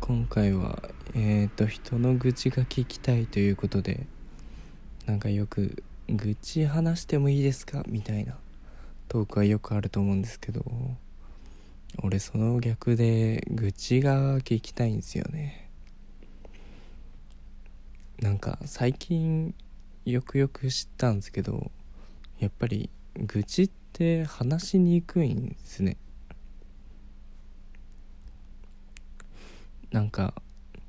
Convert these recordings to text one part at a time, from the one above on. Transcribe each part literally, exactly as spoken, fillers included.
今回はえーと人の愚痴が聞きたいということで、なんかよく愚痴話してもいいですかみたいなトークはよくあると思うんですけど、俺その逆で愚痴が聞きたいんですよね。なんか最近よくよく知ったんですけど、やっぱり愚痴って話しにくいんですね。なんか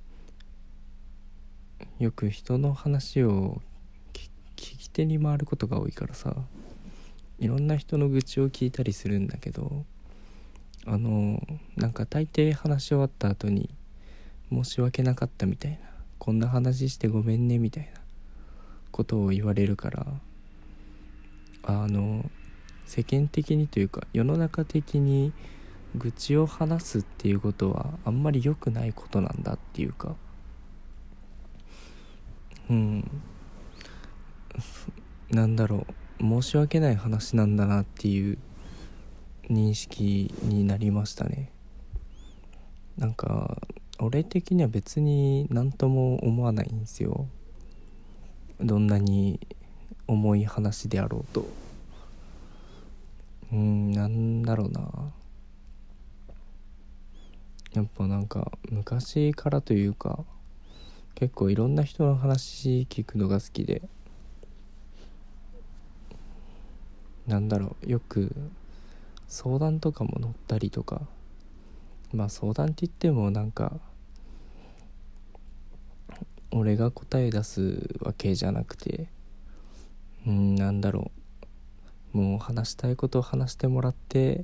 よく人の話を聞き手に回ることが多いからさ、いろんな人の愚痴を聞いたりするんだけど、あのなんか大抵話し終わった後に申し訳なかったみたいな、こんな話してごめんねみたいなことを言われるから、あの世間的にというか世の中的に愚痴を話すっていうことはあんまり良くないことなんだっていうか、うんなんだろう申し訳ない話なんだなっていう認識になりましたね。なんか俺的には別に何とも思わないんですよ、どんなに重い話であろうと。うーんなんだろうな、やっぱなんか昔からというか結構いろんな人の話聞くのが好きで、なんだろうよく相談とかも乗ったりとか、まあ相談って言ってもなんか俺が答え出すわけじゃなくて、うーんなんだろうもう話したいことを話してもらって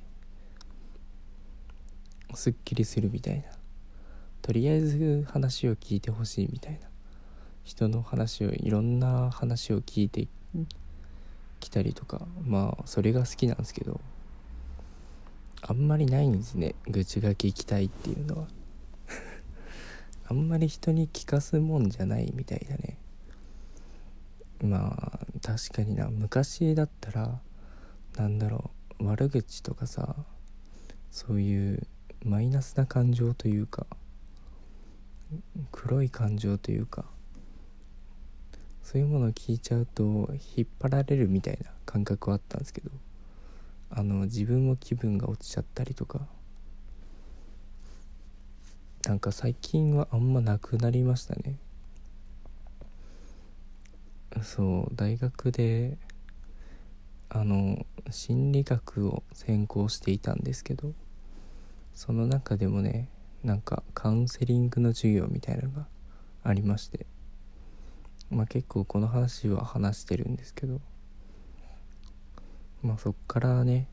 すっきりするみたいな、とりあえず話を聞いてほしいみたいな、人の話をいろんな話を聞いてきたりとか、まあそれが好きなんですけど、あんまりないんですね愚痴が聞きたいっていうのはあんまり人に聞かすもんじゃないみたいだね。まあ確かにな、昔だったらなんだろう悪口とかさ、そういうマイナスな感情というか黒い感情というか、そういうものを聞いちゃうと引っ張られるみたいな感覚はあったんですけど、あの自分も気分が落ちちゃったりとか、なんか最近はあんまなくなりましたね。そう大学であの心理学を専攻していたんですけど、その中でもねなんかカウンセリングの授業みたいなのがありまして、まあ結構この話は話してるんですけど、まあそっからね、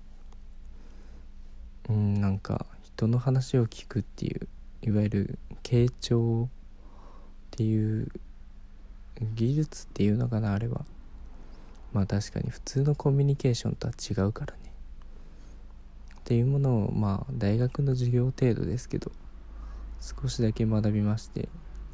うんなんか人の話を聞くっていう、いわゆる傾聴っていう技術っていうのかな、あれは。まあ確かに普通のコミュニケーションとは違うからねっていうものを、まあ大学の授業程度ですけど少しだけ学びまして、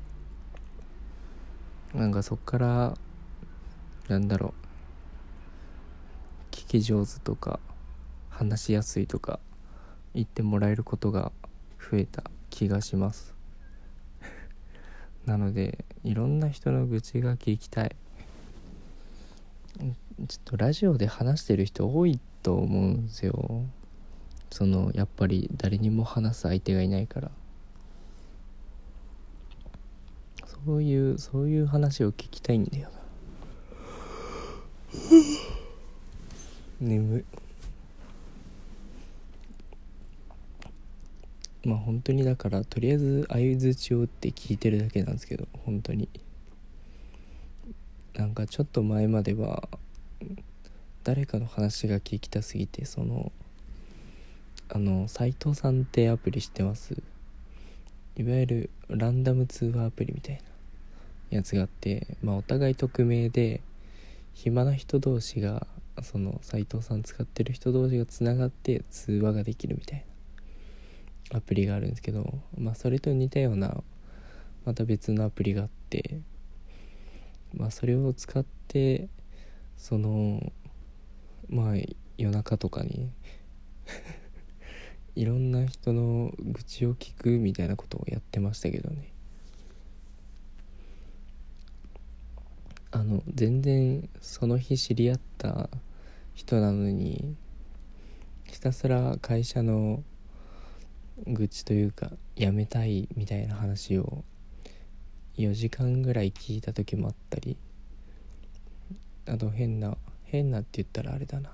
なんかそっからなんだろう聞き上手とか話しやすいとか言ってもらえることが増えた気がしますなのでいろんな人の愚痴が聞きたい。ちょっとラジオで話してる人多いと思うんですよ。そのやっぱり誰にも話す相手がいないから、そういうそういう話を聞きたいんだよな。眠い。まあ本当にだからとりあえず相づちを打って聞いてるだけなんですけど、本当になんかちょっと前までは誰かの話が聞きたすぎて、そのあの斉藤さんってアプリ知ってます？いわゆるランダム通話アプリみたいなやつがあって、まあお互い匿名で暇な人同士が、その斉藤さん使ってる人同士がつながって通話ができるみたいなアプリがあるんですけど、まあそれと似たようなまた別のアプリがあって、まあそれを使ってそのまあ夜中とかにいろんな人の愚痴を聞くみたいなことをやってましたけどね。あの全然その日知り合った人なのにひたすら会社の愚痴というか辞めたいみたいな話をよじかんぐらい聞いた時もあったり、あと変な変なって言ったらあれだな、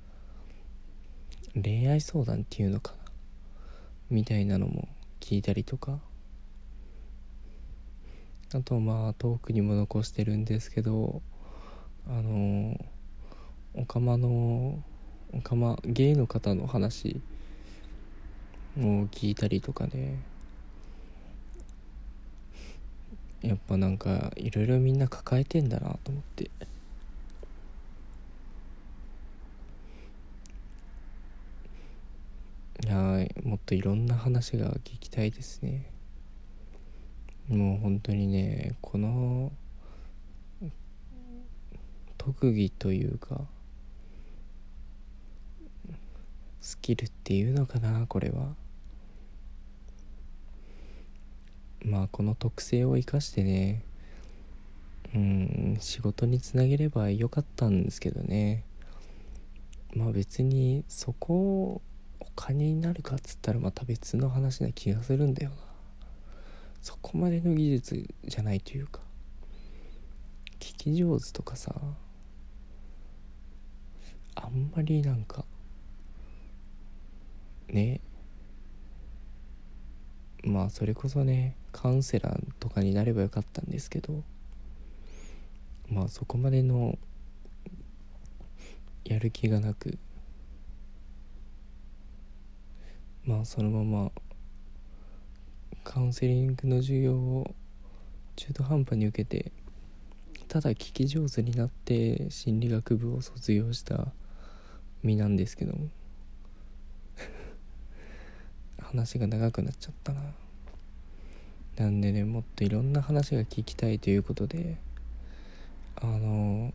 恋愛相談っていうのかなみたいなのも聞いたりとか、あとまあトークにも残してるんですけど、あのおかまのおかまゲイの方の話を聞いたりとかね。やっぱなんかいろいろみんな抱えてんだなと思って、はい、もっといろんな話が聞きたいですね。もう本当にね、この特技というかスキルっていうのかな、これは。まあこの特性を生かしてね、うん仕事につなげればよかったんですけどね。まあ別にそこお金になるかっつったらまた別の話な気がするんだよな。そこまでの技術じゃないというか、聞き上手とかさ、あんまりなんかね、まあそれこそねカウンセラーとかになればよかったんですけど、まあそこまでのやる気がなく、まあそのままカウンセリングの授業を中途半端に受けて、ただ聞き上手になって心理学部を卒業した身なんですけども話が長くなっちゃったな。なんでね、もっといろんな話が聞きたいということで、あの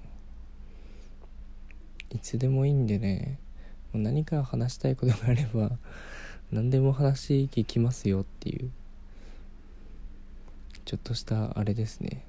いつでもいいんでね、何か話したいことがあれば何でも話聞きますよっていうちょっとしたあれですね。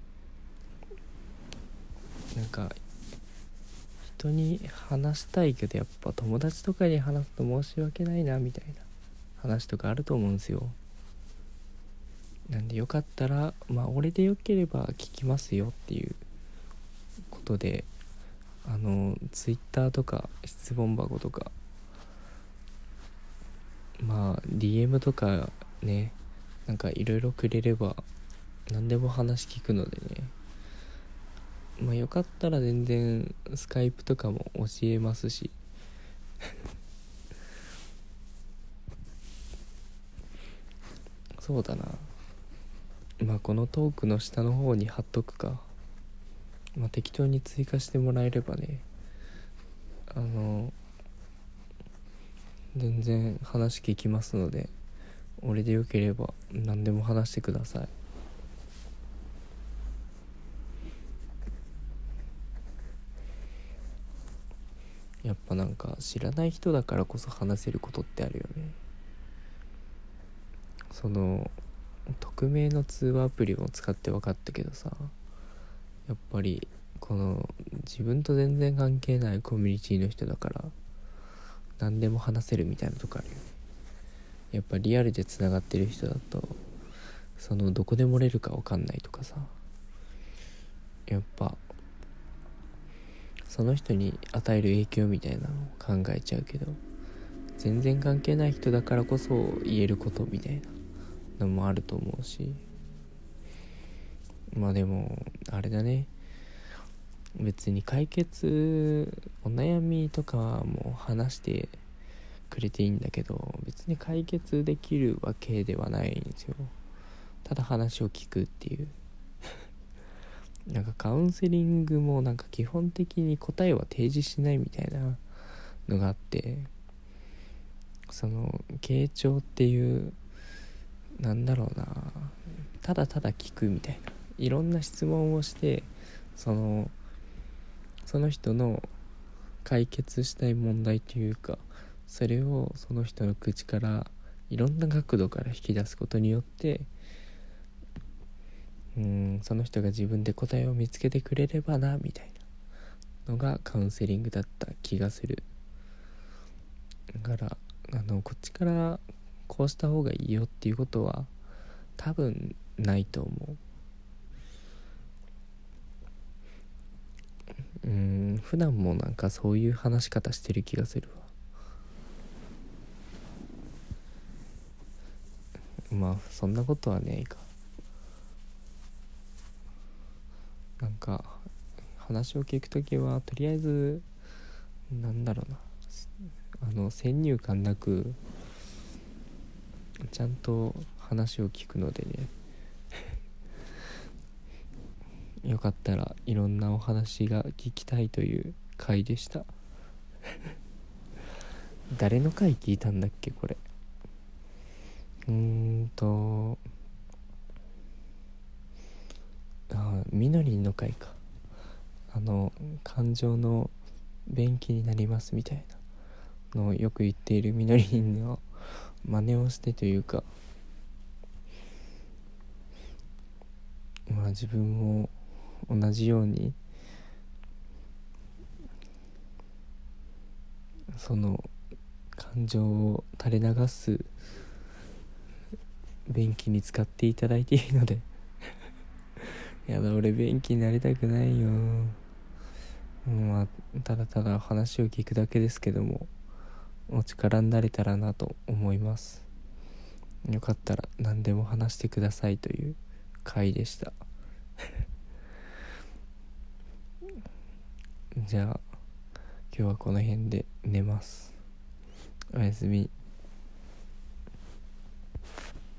なんか人に話したいけどやっぱ友達とかに話すと申し訳ないなみたいな話とかあると思うんですよ。なんでよかったらまあ俺でよければ聞きますよっていうことで、あのツイッターとか質問箱とかまあ ディーエム とかね、なんかいろいろくれれば何でも話聞くのでね、まあよかったら全然スカイプとかも教えますしそうだな、まあこのトークの下の方に貼っとくか、まあ適当に追加してもらえればね、あの全然話聞きますので、俺でよければ何でも話してください。やっぱなんか知らない人だからこそ話せることってあるよね。その匿名の通話アプリを使って分かったけどさ、やっぱりこの自分と全然関係ないコミュニティの人だから何でも話せるみたいなとこあるよね。やっぱリアルでつながってる人だとそのどこで漏れるか分かんないとかさ、やっぱその人に与える影響みたいなのを考えちゃうけど、全然関係ない人だからこそ言えることみたいなのもあると思うし、まあでもあれだね、別に解決お悩みとかも話してくれていいんだけど、別に解決できるわけではないんですよ。ただ話を聞くっていうなんかカウンセリングもなんか基本的に答えは提示しないみたいなのがあって、その傾聴っていうなんだろうな、ただただ聞くみたいな、いろんな質問をしてそのその人の解決したい問題というかそれをその人の口からいろんな角度から引き出すことによってうーんその人が自分で答えを見つけてくれればなみたいなのがカウンセリングだった気がする。だからあのこっちからこうした方がいいよっていうことは多分ないと思う。うーん普段もなんかそういう話し方してる気がするわ。まあそんなことはねえか。なんか話を聞くときはとりあえずなんだろうなあの先入観なくちゃんと話を聞くのでねよかったらいろんなお話が聞きたいという回でした誰の回聞いたんだっけこれ。うーんとあみのりんの回か。あの感情の便器になりますみたいなのをよく言っているみのりんの真似をしてというか、まあ自分も同じようにその感情を垂れ流す便器に使っていただいているのでやだ俺便器になりたくないよ。まあただただ話を聞くだけですけどもお力になれたらなと思います。よかったら何でも話してくださいという回でしたじゃあ今日はこの辺で寝ます。おやすみ。